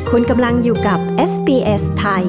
คุณกำลังอยู่กับ SBS ไทย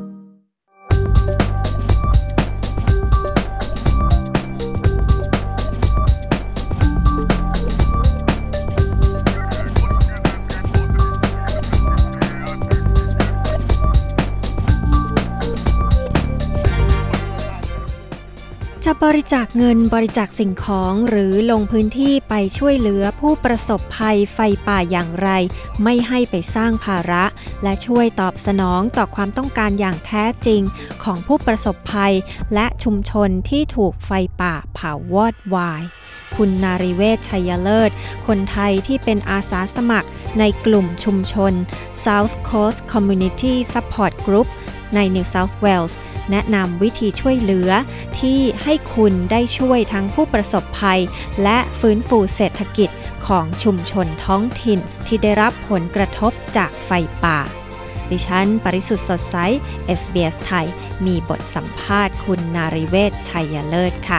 จะบริจาคเงินบริจาคสิ่งของหรือลงพื้นที่ไปช่วยเหลือผู้ประสบภัยไฟป่าอย่างไรไม่ให้ไปสร้างภาระและช่วยตอบสนองต่อความต้องการอย่างแท้จริงของผู้ประสบภัยและชุมชนที่ถูกไฟป่าเผาวอดวายคุณนารีเวช ชัยเลิศคนไทยที่เป็นอาสาสมัครในกลุ่มชุมชน South Coast Community Support Group ใน New South Wales แนะนำวิธีช่วยเหลือที่ให้คุณได้ช่วยทั้งผู้ประสบภัยและฟื้นฟูเศรษฐกิจของชุมชนท้องถิ่นที่ได้รับผลกระทบจากไฟป่าดิฉันปริสุทธิ์สดใส SBS ไทยมีบทสัมภาษณ์คุณนารีเวช ชัยเลิศค่ะ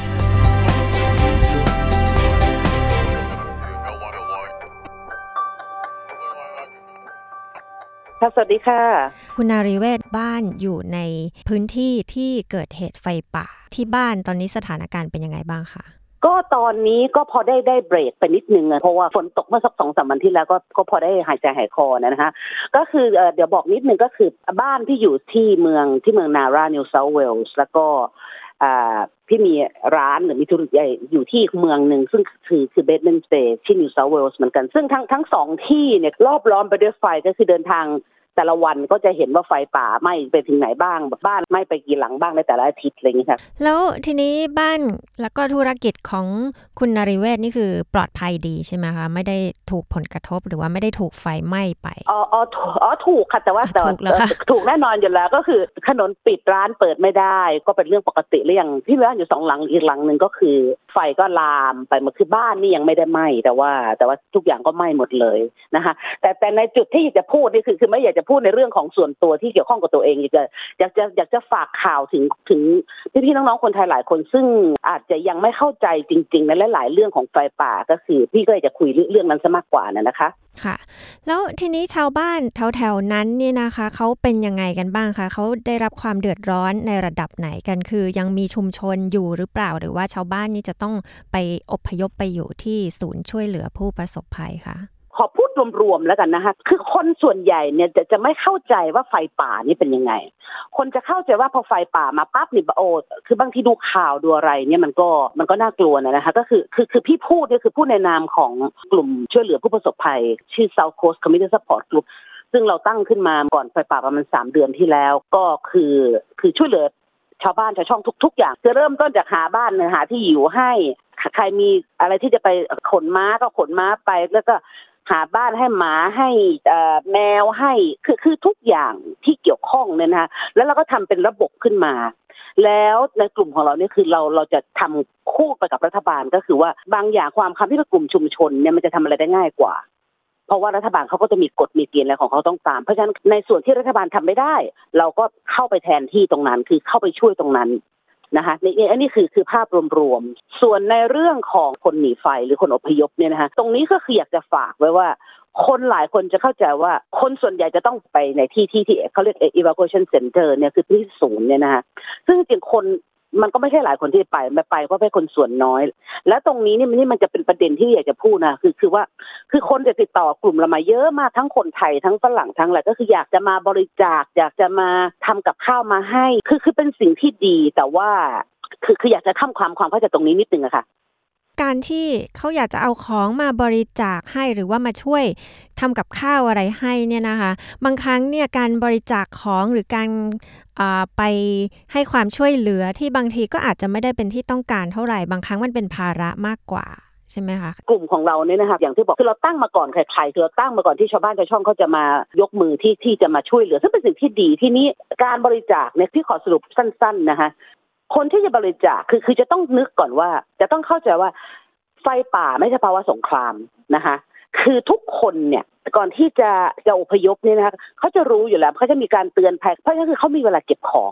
สวัสดีค่ะคุณนารีเวชบ้านอยู่ในพื้นที่ที่เกิดเหตุไฟป่าที่บ้านตอนนี้สถานการณ์เป็นยังไงบ้างคะก็ตอนนี้ก็พอได้เบรกไปนิดนึงเพราะว่าฝนตกเมื่อสัก 2-3 วันที่แล้วก็พอได้หายใจหายคอนะคะก็คือเดี๋ยวบอกนิดนึงก็คือบ้านที่อยู่ที่เมืองนารา New South Wales แล้วก็พี่มีร้านหรือมีธุรกิจใหญ่อยู่ที่อีกเมืองนึงซึ่งคือเบดมินสเตย์ที่ New South Wales เหมือนกันซึ่งทั้งสองที่เนี่ยรอบล้อมไปด้วยไฟก็คือเดินทางแต่ละวันก็จะเห็นว่าไฟป่าไหม้ไปถึงไหนบ้างบ้านไหม้ไปกี่หลังบ้างในแต่ละอาทิตย์อะไรอย่างนี้ค่ะแล้วทีนี้บ้านแล้วก็ธุรกิจของคุณนารีเวชนี่คือปลอดภัยดีใช่ไหมคะไม่ได้ถูกผลกระทบหรือว่าไม่ได้ถูกไฟไหม้ไปถูกค่ะแต่ว่าถูกแน่นอนอยู่แล้วก็คือถนนปิดร้านเปิดไม่ได้ก็เป็นเรื่องปกติเรื่องที่ร้านอยู่2หลังอีกหลังนึงก็คือไฟก็ลามไปมันคือบ้านนี่ยังไม่ได้ไหม้แต่ว่าทุกอย่างก็ไหม้หมดเลยนะคะแต่ในจุดที่อยากจะพูดนี่คือไม่อยากจะพูดในเรื่องของส่วนตัวที่เกี่ยวข้องกับตัวเองอยากจะฝากข่าวถึงพี่ๆน้องๆคนไทยหลายคนซึ่งอาจจะยังไม่เข้าใจจริงๆในหลายๆเรื่องของไฟป่าก็คือพี่ก็อยากจะคุยเรื่องนั้นซะมากกว่านะคะค่ะแล้วทีนี้ชาวบ้านแถวๆนั้นเนี่ยนะคะเขาเป็นยังไงกันบ้างคะเขาได้รับความเดือดร้อนในระดับไหนกันคือยังมีชุมชนอยู่หรือเปล่าหรือว่าชาวบ้านนี่จะต้องไปอพยพไปอยู่ที่ศูนย์ช่วยเหลือผู้ประสบภัยคะขอพูดรวมๆแล้วกันนะคะคือคนส่วนใหญ่เนี่ยจะไม่เข้าใจว่าไฟป่านี่เป็นยังไงคนจะเข้าใจว่าพอไฟป่ามาปั๊บนี่คือบางทีดูข่าวดูอะไรเนี่ยมันก็น่ากลัวนะคะก็คือพี่พูดเนี่ยคือพูดในนามของกลุ่มช่วยเหลือผู้ประสบภัยชื่อ South Coast Community Support Group ซึ่งเราตั้งขึ้นมาก่อนไฟป่าประมาณ3 เดือนที่แล้วก็คือช่วยเหลือชาวบ้านชาวช่องทุกอย่างจะเริ่มต้นจากหาบ้านหาที่อยู่ให้ใครมีอะไรที่จะไปขนม้าก็ขนม้าไปแล้วก็หาบ้านให้หมาให้แมวให้คือทุกอย่างที่เกี่ยวข้องเนี่ยนะคะแล้วเราก็ทำเป็นระบบขึ้นมาแล้วในกลุ่มของเราเนี่ยคือเราจะทำคู่ไปกับรัฐบาลก็คือว่าบางอย่างความคำที่เป็นกลุ่มชุมชนเนี่ยมันจะทำอะไรได้ง่ายกว่าเพราะว่ารัฐบาลเขาก็จะมีกฎมีเกณฑ์อะไรของเขาต้องตามเพราะฉะนั้นในส่วนที่รัฐบาลทำไม่ได้เราก็เข้าไปแทนที่ตรงนั้นคือเข้าไปช่วยตรงนั้นนะคะอันนี้คือภาพรวมๆส่วนในเรื่องของคนหนีไฟหรือคนอพยพเนี่ยนะคะตรงนี้ก็คืออยากจะฝากไว้ว่าคนหลายคนจะเข้าใจว่าคนส่วนใหญ่จะต้องไปในที่เขาเรียก evacuation center เนี่ยคือที่ศูนย์เนี่ยนะคะซึ่งจริงๆคนมันก็ไม่ใช่หลายคนที่ไปเพราะเป็นคนส่วนน้อยและตรงนี้นี่มันจะเป็นประเด็นที่อยากจะพูดนะคือว่าคือคนจะติดต่อกลุ่มเรามาเยอะมากทั้งคนไทยทั้งฝรั่งทั้งอะไรก็คืออยากจะมาบริจาคอยากจะมาทำกับข้าวมาให้คือเป็นสิ่งที่ดีแต่ว่าคืออยากจะทำความเข้าใจตรงนี้นิดนึงอะค่ะการที่เขาอยากจะเอาของมาบริจาคให้หรือว่ามาช่วยทำกับข้าวอะไรให้เนี่ยนะคะบางครั้งเนี่ยการบริจาคของหรือการไปให้ความช่วยเหลือที่บางทีก็อาจจะไม่ได้เป็นที่ต้องการเท่าไหร่บางครั้งมันเป็นภาระมากกว่าใช่ไหมคะกลุ่มของเราเนี่ยนะคะอย่างที่บอกคือเราตั้งมาก่อนใครๆคือเราตั้งมาก่อนที่ชาวบ้านชาวช่องเขาจะมายกมือที่จะมาช่วยเหลือซึ่งเป็นสิ่งที่ดีที่นี้การบริจาคเนี่ยที่ขอสรุปสั้นๆนะคะคนที่จะบริจาคคือจะต้องนึกก่อนว่าจะต้องเข้าใจว่าไฟป่าไม่ใช่ภาวะสงครามนะคะคือทุกคนเนี่ยก่อนที่จะอพยพเนี่ยนะคะเขาจะรู้อยู่แล้วเขาจะมีการเตือนภัยเพราะฉะนั้นคือเขามีเวลาเก็บของ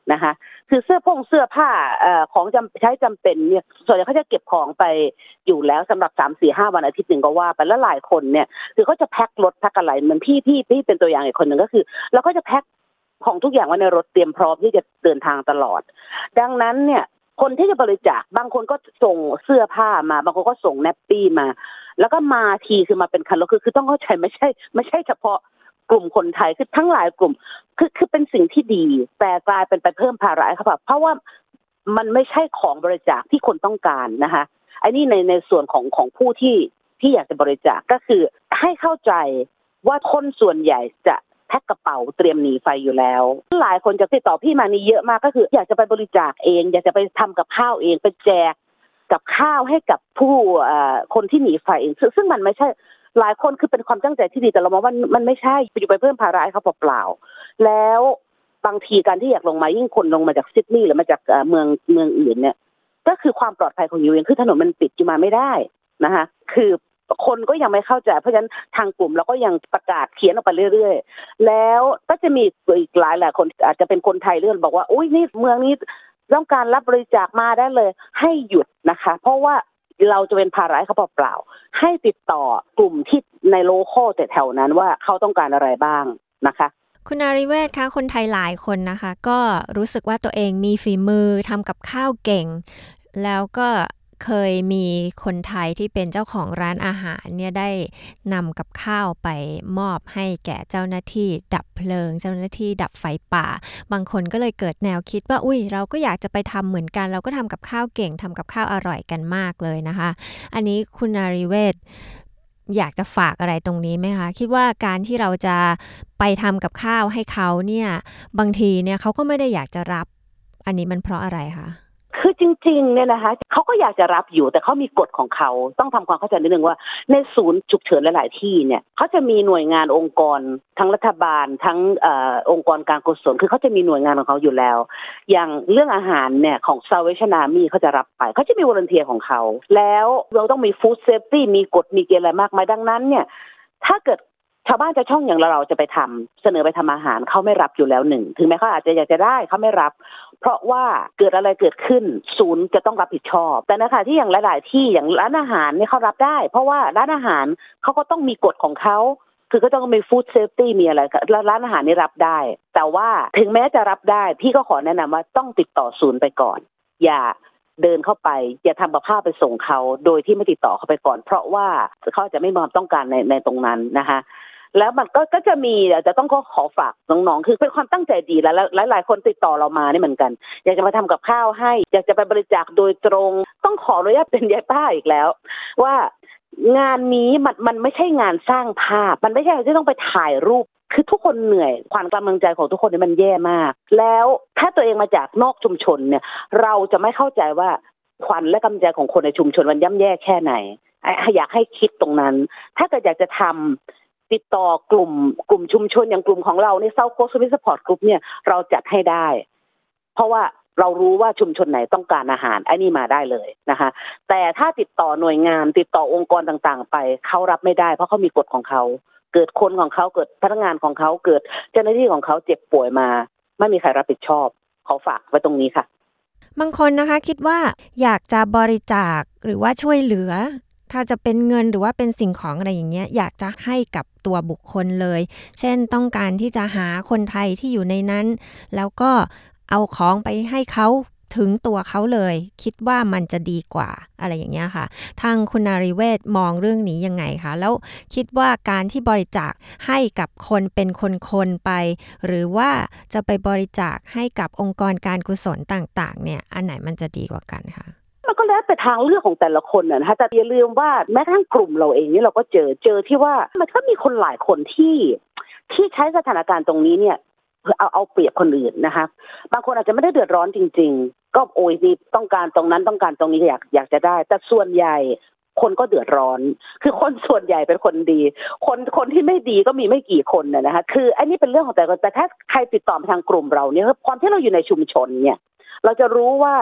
นะคะคือเสื้อผ้าของใช้จำเป็นเนี่ยส่วนใหญ่เขาจะเก็บของไปอยู่แล้วสำหรับ 3-4-5 วันอาทิตย์นึงก็ว่าไปแล้วหลายคนเนี่ยคือเขาจะแพ็ครถแพ็คอะไรเหมือนพี่เป็นตัวอย่างอีกคนนึงก็คือเราก็จะแพ็คของทุกอย่างไว้ในรถเตรียมพร้อมที่จะเดินทางตลอดดังนั้นเนี่ยคนที่จะบริจาคบางคนก็ส่งเสื้อผ้ามาบางคนก็ส่งแนปปี้มาแล้วก็มาทีคือมาเป็นคันรถคือต้องเข้าใจไม่ใช่เฉพาะกลุ่มคนไทยคือทั้งหลายกลุ่มคือเป็นสิ่งที่ดีแต่กลายเป็นไปเพิ่มภาระให้เขาเพราะว่ามันไม่ใช่ของบริจาคที่คนต้องการนะคะไอ้นี่ในส่วนของผู้ที่อยากจะบริจาคก็คือให้เข้าใจว่าคนส่วนใหญ่จะแพ็คกระเป๋าเตรียมหนีไฟอยู่แล้วหลายคนจะติดต่อพี่มานี่เยอะมากก็คืออยากจะไปบริจาคเองอยากจะไปทำกับข้าวเองไปแจกกับข้าวให้กับผู้คนที่หนีไฟเองซึ่งมันไม่ใช่หลายคนคือเป็นความตั้งใจที่ดีแต่เรามองว่ามันไม่ใช่อยู่ไปเพิ่มภาระให้เขาเปล่าๆแล้วบางทีการที่อยากลงมายิ่งคนลงมาจากซิดนีย์หรือมาจากเมืองอื่นเนี่ยก็คือความปลอดภัยของยูเองคือถนนมันปิดอยู่มาไม่ได้นะคะคือคนก็ยังไม่เข้าใจเพราะฉะนั้นทางกลุ่มเราก็ยังประกาศเขียนออกไปเรื่อยๆแล้วก็จะมีอีกหลายคนอาจจะเป็นคนไทยเรื่องบอกว่าอุ้ยนี่เมืองนี้ต้องการรับบริจาคมาได้เลยให้หยุดนะคะเพราะว่าเราจะเป็นภาระให้เขาเปล่าๆให้ติดต่อกลุ่มที่ในโลคอลแถวๆนั้นว่าเขาต้องการอะไรบ้างนะคะคุณอาริเวศคะคนไทยหลายคนนะคะก็รู้สึกว่าตัวเองมีฝีมือทำกับข้าวเก่งแล้วก็เคยมีคนไทยที่เป็นเจ้าของร้านอาหารเนี่ยได้นำกับข้าวไปมอบให้แก่เจ้าหน้าที่ดับเพลิงเจ้าหน้าที่ดับไฟป่าบางคนก็เลยเกิดแนวคิดว่าอุ้ยเราก็อยากจะไปทำเหมือนกันเราก็ทำกับข้าวเก่งทำกับข้าวอร่อยกันมากเลยนะคะอันนี้คุณอาริเวศอยากจะฝากอะไรตรงนี้ไหมคะคิดว่าการที่เราจะไปทำกับข้าวให้เขาเนี่ยบางทีเนี่ยเขาก็ไม่ได้อยากจะรับอันนี้มันเพราะอะไรคะคือจริงๆเนี่ยนะคะเขาก็อยากจะรับอยู่แต่เขามีกฎของเขาต้องทำความเข้าใจนิดนึงว่าในศูนย์ฉุกเฉินหลายๆที่เนี่ยเขาจะมีหน่วยงานองค์กรทั้งรัฐบาลทั้งองค์กรการกุศลคือเขาจะมีหน่วยงานของเขาอยู่แล้วอย่างเรื่องอาหารเนี่ยของ Salvation Army เขาจะรับไปเขาจะมีวอลันเทียร์ของเขาแล้วเราต้องมี Food Safety มีกฎมีเกณฑ์อะไรมากมายดังนั้นเนี่ยถ้าเกิดชาวบ้านจะช่องอย่างเราจะไปทำเสนอไปทำอาหารเขาไม่รับอยู่แล้วหนึ่งถึงแม้เขาอาจจะอยากจะได้เขาไม่รับเพราะว่าเกิดอะไรเกิดขึ้นศูนย์จะต้องรับผิดชอบแต่นะคะที่อย่างหลายๆที่อย่างร้านอาหารเนี่ยเขารับได้เพราะว่าร้านอาหารเขาก็ต้องมีกฎของเขาคือก็ต้องมีฟู้ดเซฟตี้มีอะไรร้านอาหารนี่รับได้แต่ว่าถึงแม้จะรับได้พี่ก็ขอแนะนำว่าต้องติดต่อศูนย์ไปก่อนอย่าเดินเข้าไปอย่าทำกับข้าวไปส่งเขาโดยที่ไม่ติดต่อเขาไปก่อนเพราะว่าเขาจะไม่มีความต้องการในตรงนั้นนะคะแล้วมันก็จะมีจะต้องขอฝากน้องๆคือเป็นความตั้งใจดีแล้วหลายๆคนติดต่อเรามานี่เหมือนกันอยากจะมาทำกับข้าวให้อยากจะไปบริจาคโดยตรงต้องขออนุญาตเป็นยายป้าอีกแล้วว่างานนี้มันไม่ใช่งานสร้างภาพมันไม่ใช่ที่ต้องไปถ่ายรูปคือทุกคนเหนื่อยความกำลังใจของทุกคนนี่มันแย่มากแล้วถ้าตัวเองมาจากนอกชุมชนเนี่ยเราจะไม่เข้าใจว่าขวัญและกำลังใจของคนในชุมชนมันย่ำแย่แค่ไหนอยากให้คิดตรงนั้นถ้าเกิดอยากจะทำติดต่อกลุ่มชุมชนอย่างกลุ่มของเราเนี่ย South Coast Service Support Group เนี่ยเราจัดให้ได้เพราะว่าเรารู้ว่าชุมชนไหนต้องการอาหารไอ้นี่มาได้เลยนะคะแต่ถ้าติดต่อหน่วยงานติดต่อองค์กรต่างๆไปเขารับไม่ได้เพราะเขามีกฎของเขาเกิดคนของเขาเกิดพนักงานของเขาเกิดเจ้าหน้าที่ของเขาเจ็บป่วยมาไม่มีใครรับผิดชอบขอฝากไว้ตรงนี้ค่ะบางคนนะคะคิดว่าอยากจะบริจาคหรือว่าช่วยเหลือถ้าจะเป็นเงินหรือว่าเป็นสิ่งของอะไรอย่างเงี้ยอยากจะให้กับตัวบุคคลเลยเช่นต้องการที่จะหาคนไทยที่อยู่ในนั้นแล้วก็เอาของไปให้เขาถึงตัวเขาเลยคิดว่ามันจะดีกว่าอะไรอย่างเงี้ยค่ะทางคุณอาริเวศมองเรื่องนี้ยังไงคะแล้วคิดว่าการที่บริจาคให้กับคนเป็นคนๆไปหรือว่าจะไปบริจาคให้กับองค์กรการกุศลต่างๆเนี่ยอันไหนมันจะดีกว่ากันคะมันก็แล้วแต่ทางเลือกของแต่ละคนนะคะแต่อย่าลืมว่าแม้กระทั่งกลุ่มเราเองนี่เราก็เจอที่ว่ามันก็มีคนหลายคนที่ใช้สถานการณ์ตรงนี้เนี่ยเอาเปรียบคนอื่นนะคะบางคนอาจจะไม่ได้เดือดร้อนจริงๆก็โอ้ยนี่ต้องการตรงนั้นต้องการตรงนี้อยากจะได้แต่ส่วนใหญ่คนก็เดือดร้อนคือคนส่วนใหญ่เป็นคนดีคนที่ไม่ดีก็มีไม่กี่คนนะคะคืออันนี้เป็นเรื่องของแต่ถ้าใครติดต่อมาทางกลุ่มเราเนี่ยความที่เราอยู่ในชุมชนเนี่ยเราจะรู้ว่า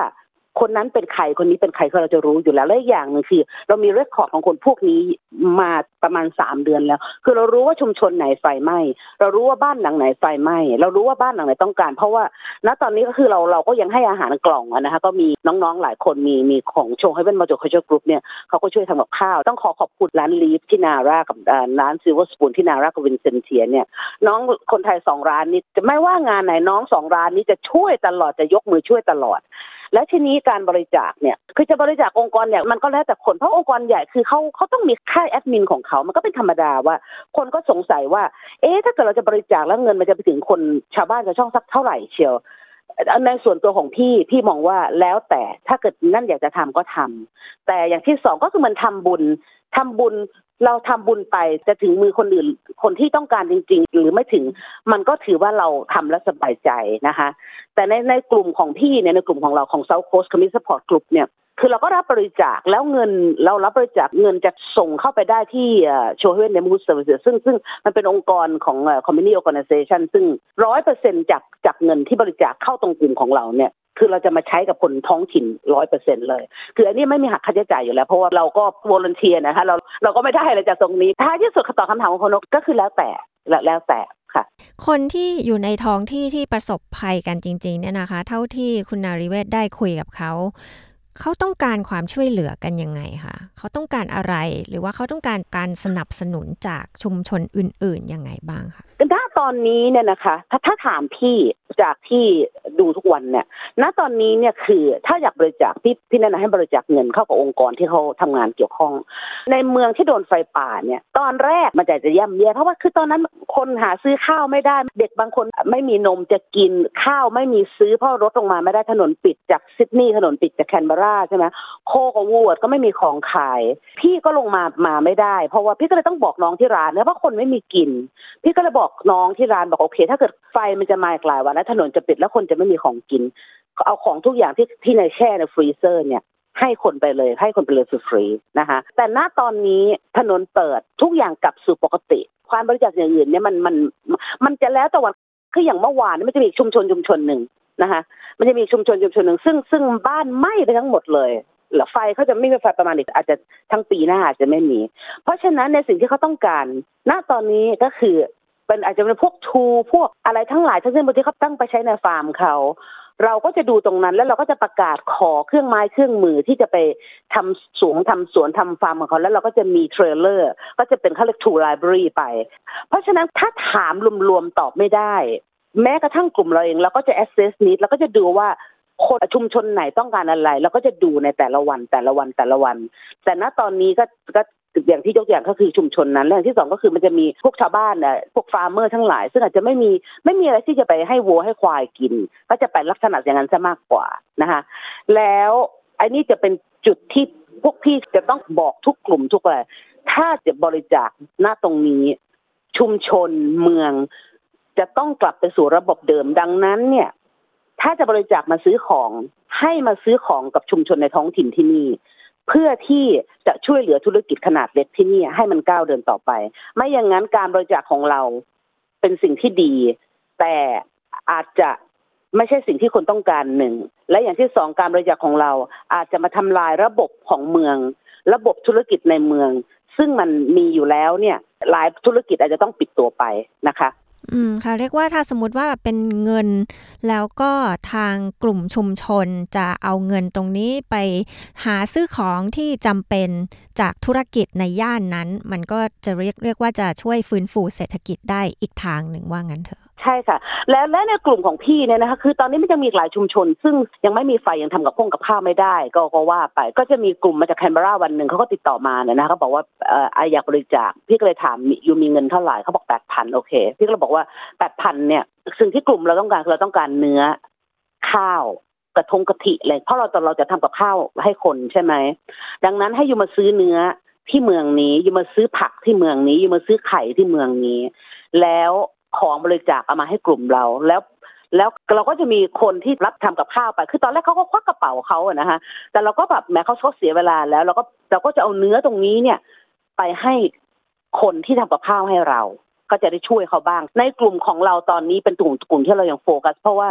คนนั้นเป็นใครคนนี้เป็นใครเราจะรู้อยู่แล้วและอีกอย่างนึงคือเรามีเรคคอร์ดของคนพวกนี้มาประมาณ3 เดือนแล้วคือเรารู้ว่าชุมชนไหนไฟไหม้เรารู้ว่าบ้านหลังไหนไฟไหม้เรารู้ว่าบ้านหลังไหนต้องการเพราะว่าณตอนนี้ก็คือเราก็ยังให้อาหารกล่องนะคะก็มีน้องๆหลายคนมีของโชว์ให้เป็นMulticultural Groupเนี่ยเขาก็ช่วยทำกับข้าวต้องขอบคุณร้านลีฟที่นารากับร้านซิลเวอร์สปูนที่นารากับวินเซนเทียเนี่ยน้องคนไทย2 ร้านนี้จะไม่ว่างานไหนน้อง2 ร้านนี้จะช่วยตลอดจะยกมือช่วยตลอดและทีนี้การบริจาคเนี่ยคือจะบริจาคองค์กรเนี่ยมันก็แล้วแต่คนเพราะองค์กรใหญ่คือเขาต้องมีค่าแอดมินของเขามันก็เป็นธรรมดาว่าคนก็สงสัยว่าถ้าเกิดเราจะบริจาคแล้วเงินมันจะไปถึงคนชาวบ้านชาวช่องสักเท่าไหร่เชียวในส่วนตัวของพี่มองว่าแล้วแต่ถ้าเกิดนั่นอยากจะทำก็ทำแต่อย่างที่2ก็คือมันทำบุญเราทำบุญไปจะถึงมือคนอื่นคนที่ต้องการจริงๆหรือไม่ถึงมันก็ถือว่าเราทำแล้วสบายใจนะคะแต่ในกลุ่มของพี่เนี่ยในกลุ่มของเราของ South Coast Community Support Group เนี่ยคือเราก็รับบริจาคแล้วเงินเรารับบริจาคเงินจะส่งเข้าไปได้ที่Chohaven Neighborhood Servicesซึ่งมันเป็นองค์กรของCommunity Organization ซึ่ง 100% จากเงินที่บริจาคเข้าตรงกลุ่มของเราเนี่ยคือเราจะมาใช้กับคนท้องถิ่น 100% เลยคืออันนี้ไม่มีหักค่าใช้จ่ายอยู่แล้วเพราะว่าเราก็วอลันเทียร์นะคะเราก็ไม่ได้อะไรจากตรงนี้ท้ายที่สุดตอบคำถามของคนก็คือแล้วแต่ค่ะคนที่อยู่ในท้องที่ที่ประสบภัยกันจริงๆเนี่ยนะคะเท่าที่คุณนารีเวชได้คุยกับเขาต้องการความช่วยเหลือกันยังไงคะเขาต้องการอะไรหรือว่าเขาต้องการการสนับสนุนจากชุมชนอื่นๆยังไงบ้างคะณตอนนี้เนี่ยนะคะถ้าถามพี่จากที่ดูทุกวันเนี่ยณตอนนี้เนี่ยคือถ้าอยากบริจาคพี่แนะนำให้บริจาคเงินเข้ากับองค์กรที่เขาทำงานเกี่ยวข้องในเมืองที่โดนไฟป่าเนี่ยตอนแรกมันจะย่ำแย่เพราะว่าคือตอนนั้นคนหาซื้อข้าวไม่ได้เด็กบางคนไม่มีนมจะกินข้าวไม่มีซื้อเพราะรถลงมาไม่ได้ถนนปิดจากซิดนีย์ถนนปิดจากแคนเบอร์ราใช่ไหมโคกับวูดก็ไม่มีของขายพี่ก็ลงมาไม่ได้เพราะว่าพี่ก็เลยต้องบอกน้องที่ร้านเนี่ยว่าคนไม่มีกินพี่ก็เลยบอกน้องที่ร้านบอกโอเคถ้าเกิดไฟมันจะมาอีกหลายวันแล้วถนนจะปิดแล้วคนจะไม่มีของกินเอาของทุกอย่างที่ในแช่ในฟรีเซอร์เนี่ยให้คนไปเลยฟรีๆนะคะแต่ณตอนนี้ถนนเปิดทุกอย่างกลับสู่ปกติความบริจาคอย่างอื่นเนี่ยมันจะแล้วแต่วันคืออย่างเมื่อวานมันจะมีชุมชนหนึ่งนะคะมันจะมีชุมชนหนึ่งซึ่งบ้านไหม้ไปทั้งหมดเลยแล้วไฟเขาจะไม่มีไฟประมาณอีกอาจจะทั้งปีหน้าอาจจะไม่มีเพราะฉะนั้นในสิ่งที่เขาต้องการณตอนนี้ก็คือเป็นอาจจะเป็นพวกพวกอะไรทั้งหลายทั้งสิ้นที่เขาตั้งไปใช้ในฟาร์มเขาเราก็จะดูตรงนั้นแล้วเราก็จะประกาศขอเครื่องไม้เครื่องมือที่จะไปทำสวนทำฟาร์มของเขาแล้วเราก็จะมีเทรลเลอร์ก็จะเป็นเขาเรียก Tool Library ไปเพราะฉะนั้นถ้าถามรวมๆตอบไม่ได้แม้กระทั่งกลุ่มเราเองเราก็จะ assess need แล้วก็จะดูว่าคนชุมชนไหนต้องการอะไรเราก็จะดูในแต่ละวันแต่ณตอนนี้ก็อย่างที่ยกอย่างก็คือชุมชนนั้นและอย่างที่2ก็คือมันจะมีพวกชาวบ้านพวกฟาร์มเมอร์ทั้งหลายซึ่งอาจจะไม่มีอะไรที่จะไปให้วัวให้ควายกินก็จะไปลักษณะอย่างนั้นซะมากกว่านะคะแล้วไอ้นี่จะเป็นจุดที่พวกพี่จะต้องบอกทุกกลุ่มทุกอะไรถ้าจะบริจาคณตรงนี้ชุมชนเมืองจะต้องกลับไปสู่ระบบเดิมดังนั้นเนี่ยถ้าจะบริจาคมาซื้อของให้มาซื้อของกับชุมชนในท้องถิ่นที่นี่เพื่อที่จะช่วยเหลือธุรกิจขนาดเล็กที่นี่ให้มันก้าวเดินต่อไปไม่อย่างนั้นการบริจาคของเราเป็นสิ่งที่ดีแต่อาจจะไม่ใช่สิ่งที่คนต้องการ1และอย่างที่2การบริจาคของเราอาจจะมาทำลายระบบของเมืองระบบธุรกิจในเมืองซึ่งมันมีอยู่แล้วเนี่ยหลายธุรกิจอาจจะต้องปิดตัวไปนะคะค่ะเรียกว่าถ้าสมมุติว่าเป็นเงินแล้วก็ทางกลุ่มชุมชนจะเอาเงินตรงนี้ไปหาซื้อของที่จำเป็นจากธุรกิจในย่านนั้นมันก็จะเรียกว่าจะช่วยฟื้นฟูเศรษฐกิจได้อีกทางหนึ่งว่างั้นเถอะใช่ค่ะและในกลุ่มของพี่เนี่ยนะคะคือตอนนี้มันจะมีหลายชุมชนซึ่งยังไม่มีไฟยังทำกับข้าวไม่ได้ก็ว่าไปก็จะมีกลุ่มมาจากแคนเบอร์ราวันนึงเขาก็ติดต่อมาเนี่ยนะคะเขาบอกว่าอยากบริจาคพี่ก็เลยถามอยู่มีเงินเท่าไหร่เขาบอก 8,000 โอเคพี่ก็เลยบอกว่า 8,000 เนี่ยสิ่งที่กลุ่มเราต้องการคือเราต้องการเนื้อข้าวกะทิอะไรเพราะเราจะทำกับข้าวให้คนใช่ไหมดังนั้นให้อยู่มาซื้อเนื้อที่เมืองนี้อยู่มาซื้อผักที่เมืองนี้อยู่มาซื้อไข่ที่เมืองนี้แล้วของบริจาคเอามาให้กลุ่มเราแล้วเราก็จะมีคนที่รับทำกับข้าวไปคือตอนแรกเขาก็ควักกระเป๋าเขาอะนะคะแต่เราก็แบบแม้เขาเสียเวลาแล้วเราก็จะเอาเนื้อตรงนี้เนี่ยไปให้คนที่ทำกับข้าวให้เราก็จะได้ช่วยเขาบ้างในกลุ่มของเราตอนนี้เป็นกลุ่มที่เรายังโฟกัสเพราะว่า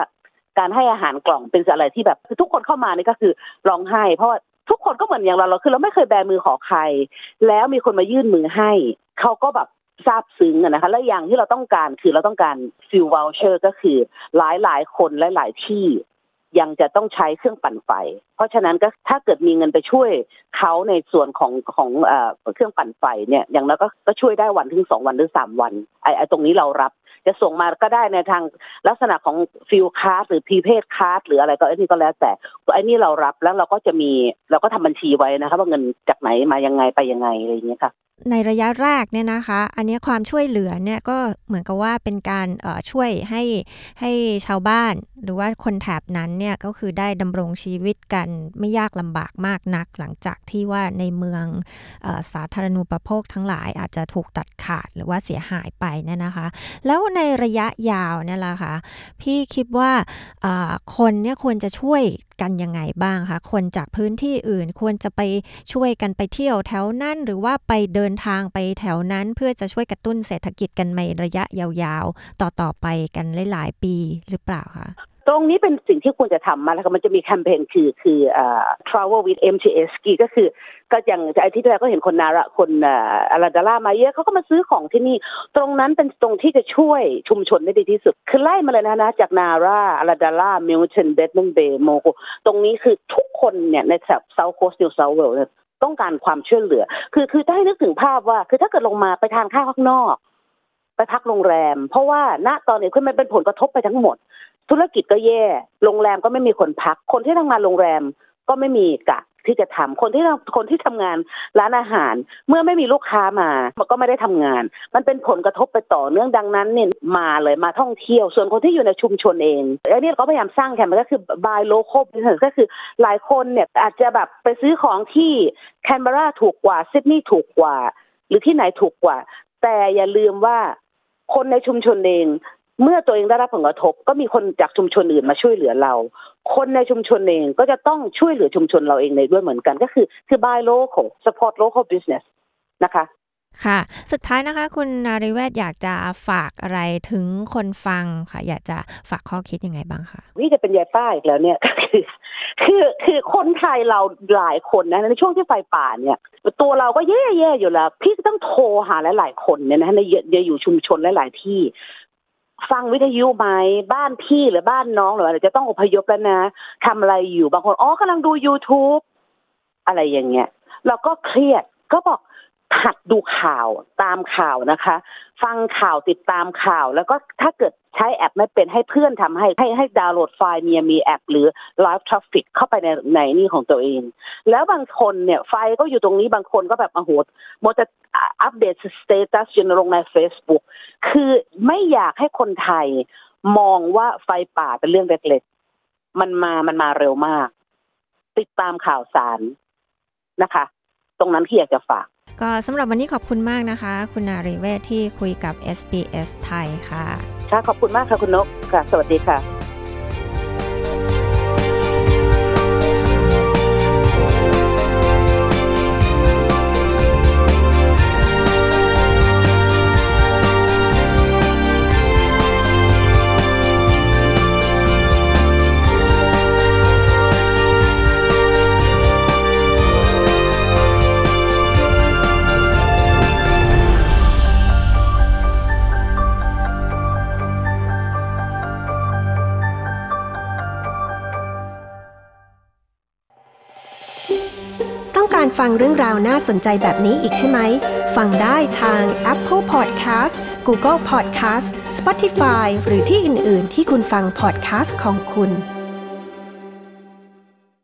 การให้อาหารกล่องเป็นอะไรที่แบบคือทุกคนเข้ามานี่ก็คือร้องไห้เพราะว่าทุกคนก็เหมือนอย่างเราคือเราไม่เคยแบมือขอใครแล้วมีคนมายื่นมือให้เขาก็แบบซาบซึ้งนะคะและอย่างที่เราต้องการคือเราต้องการฟิลวอลเชอร์ก็คือหลายคนหลายที่ยังจะต้องใช้เครื่องปั่นไฟเพราะฉะนั้นก็ถ้าเกิดมีเงินไปช่วยเขาในส่วนของเครื่องปั่นไฟเนี่ยอย่างนั้นก็ช่วยได้วันถึง2วันหรือ3วันไอ้ตรงนี้เรารับจะส่งมาก็ได้ในทางลักษณะของฟิลคาร์ดหรือพรีเพดคาร์ดหรืออะไรก็ไอ้นี่ก็แล้วแต่ไอ้นี่เรารับแล้วเราก็ทำบัญชีไว้นะคะว่าเงินจากไหนมายังไงไปยังไงอะไรอย่างเงี้ยค่ะในระยะแรกเนี่ยนะคะอันนี้ความช่วยเหลือเนี่ยก็เหมือนกับว่าเป็นการช่วยให้ชาวบ้านหรือว่าคนแถบนั้นเนี่ยก็คือได้ดำรงชีวิตกันไม่ยากลำบากมากนักหลังจากที่ว่าในเมืองสาธารณูปโภคทั้งหลายอาจจะถูกตัดขาดหรือว่าเสียหายไปเนี่ยนะคะแล้วในระยะยาวเนี่ยล่ะค่ะพี่คิดว่าคนเนี่ยควรจะช่วยกันยังไงบ้างคะคนจากพื้นที่อื่นควรจะไปช่วยกันไปเที่ยวแถวนั้นหรือว่าไปเดินทางไปแถวนั้นเพื่อจะช่วยกระตุ้นเศรษฐกิจกันในระยะยาวๆต่อไปกันหลายๆปีหรือเปล่าคะตรงนี้เป็นสิ่งที่ควรจะทำมาแล้วมันจะมีแคมเปญคือtravel with MTS ก็คือก็อย่างไอ้ที่เราก็เห็นคนอาราดาล่ามาเยอะเขาก็มาซื้อของที่นี่ตรงนั้นเป็นตรงที่จะช่วยชุมชนได้ดีที่สุดคือไล่มาเลยนะจากนาราอาราดาล่ามิลตันเบดมันเบย์โมโกตรงนี้คือทุกคนเนี่ยในแถบ South Coast New South Wales ต้องการความช่วยเหลือคือถ้าให้นึกถึงภาพว่าคือถ้าเกิดลงมาไปทานข้าวข้างนอกไปพักโรงแรมเพราะว่าณตอนนี้คือมันเป็นผลกระทบไปทั้งหมดธุรกิจก็แย่โรงแรมก็ไม่มีคนพักคนที่ทำงานโรงแรมก็ไม่มีกะที่จะทำคนที่ทำงานร้านอาหารเมื่อไม่มีลูกค้ามามันก็ไม่ได้ทำงานมันเป็นผลกระทบไปต่อเนื่องดังนั้นเนี่ยมาท่องเที่ยวส่วนคนที่อยู่ในชุมชนเองอันนี้เราก็พยายามสร้างแคมเปญก็คือ buy local business ก็คือหลายคนเนี่ยอาจจะแบบไปซื้อของที่แคนเบราถูกกว่าซิดนีย์ถูกกว่าหรือที่ไหนถูกกว่าแต่อย่าลืมว่าคนในชุมชนเองเมื่อตัวเองได้รับผลกระทบก็มีคนจากชุมชนอื่นมาช่วยเหลือเราคนในชุมชนเองก็จะต้องช่วยเหลือชุมชนเราเองในด้วยเหมือนกันก็คือ buy local support local business นะคะค่ะสุดท้ายนะคะคุณนารีเวชอยากจะฝากอะไรถึงคนฟังค่ะอยากจะฝากข้อคิดยังไงบ้างคะนี่จะเป็นยายป้าอีกแล้วเนี่ยคือคนไทยเราหลายคนนะในช่วงที่ไฟป่าเนี่ยตัวเราก็แย่ๆอยู่แล้วพี่ก็ต้องโทรหาหลายๆคนเนี่ยนะในอยู่ชุมชนหลายๆที่ฟังวิทยุไหมบ้านพี่หรือบ้านน้องหรืออะไรจะต้องอพยพแล้วนะทำอะไรอยู่บางคนกำลังดู YouTube อะไรอย่างเงี้ยเราก็เครียดก็บอกหัดดูข่าวตามข่าวนะคะฟังข่าวติดตามข่าวแล้วก็ถ้าเกิดใช้แอปไม่เป็นให้เพื่อนทำให้ดาวน์โหลดไฟล์มีแอปหรือ Live Traffic เข้าไปในนี่ของตัวเองแล้วบางคนเนี่ยไฟก็อยู่ตรงนี้บางคนก็แบบโมจะอัปเดตสเตตัสอยู่ลงใน Facebook คือไม่อยากให้คนไทยมองว่าไฟป่าเป็นเรื่องเล็กๆมันมาเร็วมากติดตามข่าวสารนะคะตรงนั้นที่อยากจะฝากก็สำหรับวันนี้ขอบคุณมากนะคะคุณนารีเวชที่คุยกับ SBS ไทยค่ะค่ะขอบคุณมากค่ะคุณนกค่ะสวัสดีค่ะการฟังเรื่องราวน่าสนใจแบบนี้อีกใช่ไหมฟังได้ทาง Apple Podcast Google Podcast Spotify หรือที่อื่นๆที่คุณฟัง podcast ของคุณ